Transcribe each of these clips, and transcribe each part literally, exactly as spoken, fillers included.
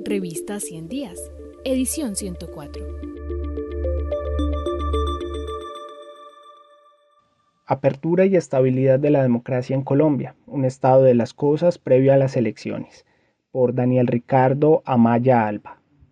Revista cien días, edición ciento cuatro. Apertura y estabilidad de la democracia en Colombia, un estado de las cosas previo a las elecciones, por Daniel Ricardo Amaya Alba.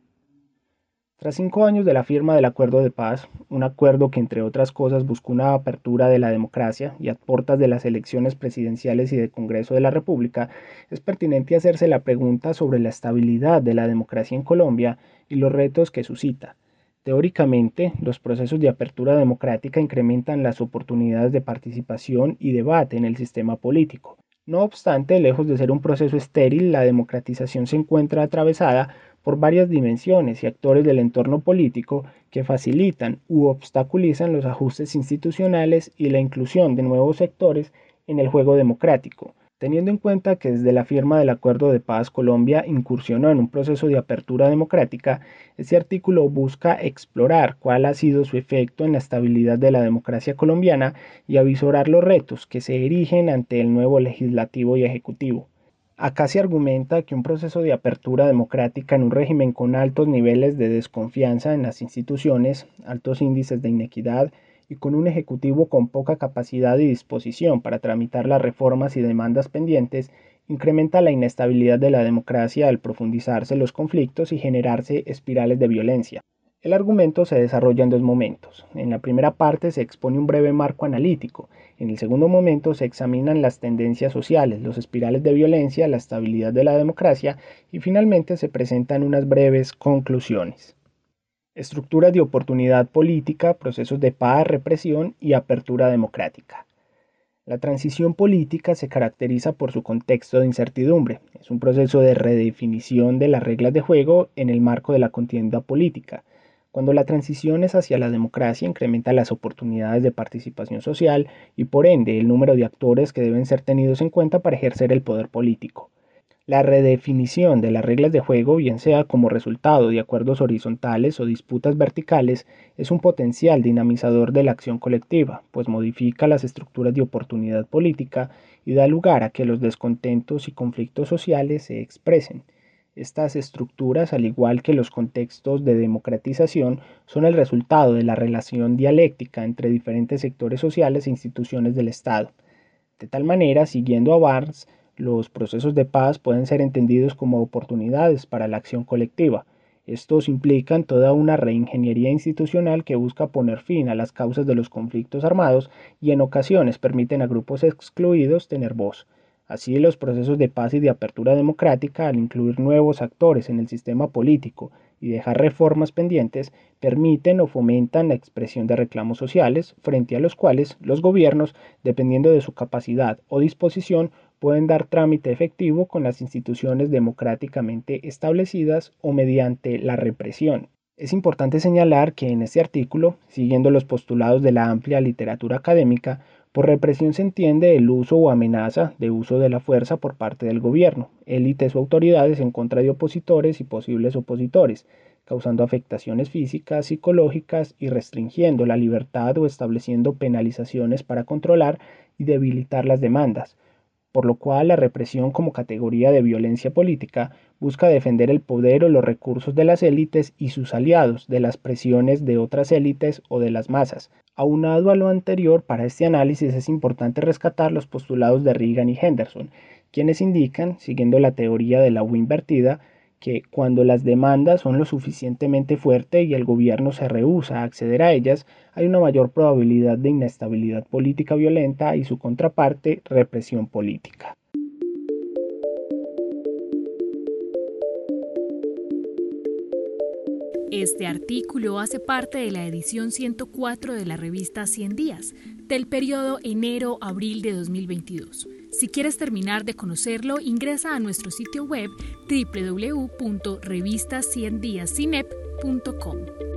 Tras cinco años de la firma del Acuerdo de Paz, un acuerdo que entre otras cosas buscó una apertura de la democracia y a puertas de las elecciones presidenciales y de Congreso de la República, es pertinente hacerse la pregunta sobre la estabilidad de la democracia en Colombia y los retos que suscita. Teóricamente, los procesos de apertura democrática incrementan las oportunidades de participación y debate en el sistema político. No obstante, lejos de ser un proceso estéril, la democratización se encuentra atravesada por varias dimensiones y actores del entorno político que facilitan u obstaculizan los ajustes institucionales y la inclusión de nuevos sectores en el juego democrático. Teniendo en cuenta que desde la firma del Acuerdo de Paz Colombia incursionó en un proceso de apertura democrática, este artículo busca explorar cuál ha sido su efecto en la estabilidad de la democracia colombiana y avisorar los retos que se erigen ante el nuevo legislativo y ejecutivo. Acá se argumenta que un proceso de apertura democrática en un régimen con altos niveles de desconfianza en las instituciones, altos índices de inequidad y con un ejecutivo con poca capacidad y disposición para tramitar las reformas y demandas pendientes, incrementa la inestabilidad de la democracia al profundizarse los conflictos y generarse espirales de violencia. El argumento se desarrolla en dos momentos. En la primera parte se expone un breve marco analítico. En el segundo momento se examinan las tendencias sociales, los espirales de violencia, la estabilidad de la democracia y finalmente se presentan unas breves conclusiones. Estructuras de oportunidad política, procesos de paz, represión y apertura democrática. La transición política se caracteriza por su contexto de incertidumbre. Es un proceso de redefinición de las reglas de juego en el marco de la contienda política. Cuando la transición es hacia la democracia, incrementa las oportunidades de participación social y por ende el número de actores que deben ser tenidos en cuenta para ejercer el poder político. La redefinición de las reglas de juego, bien sea como resultado de acuerdos horizontales o disputas verticales, es un potencial dinamizador de la acción colectiva, pues modifica las estructuras de oportunidad política y da lugar a que los descontentos y conflictos sociales se expresen. Estas estructuras, al igual que los contextos de democratización, son el resultado de la relación dialéctica entre diferentes sectores sociales e instituciones del Estado. De tal manera, siguiendo a Barnes, los procesos de paz pueden ser entendidos como oportunidades para la acción colectiva. Estos implican toda una reingeniería institucional que busca poner fin a las causas de los conflictos armados y en ocasiones permiten a grupos excluidos tener voz. Así, los procesos de paz y de apertura democrática, al incluir nuevos actores en el sistema político y dejar reformas pendientes, permiten o fomentan la expresión de reclamos sociales, frente a los cuales los gobiernos, dependiendo de su capacidad o disposición, pueden dar trámite efectivo con las instituciones democráticamente establecidas o mediante la represión. Es importante señalar que en este artículo, siguiendo los postulados de la amplia literatura académica, por represión se entiende el uso o amenaza de uso de la fuerza por parte del gobierno, élites o autoridades en contra de opositores y posibles opositores, causando afectaciones físicas, psicológicas y restringiendo la libertad o estableciendo penalizaciones para controlar y debilitar las demandas, por lo cual la represión como categoría de violencia política busca defender el poder o los recursos de las élites y sus aliados de las presiones de otras élites o de las masas. Aunado a lo anterior, para este análisis es importante rescatar los postulados de Reagan y Henderson, quienes indican, siguiendo la teoría de la U invertida, que cuando las demandas son lo suficientemente fuertes y el gobierno se rehúsa a acceder a ellas, hay una mayor probabilidad de inestabilidad política violenta y su contraparte, represión política. Este artículo hace parte de la edición ciento cuatro de la revista cien días, del periodo enero-abril de dos mil veintidós. Si quieres terminar de conocerlo, ingresa a nuestro sitio web doble u doble u doble u punto revista cien días cinep punto com.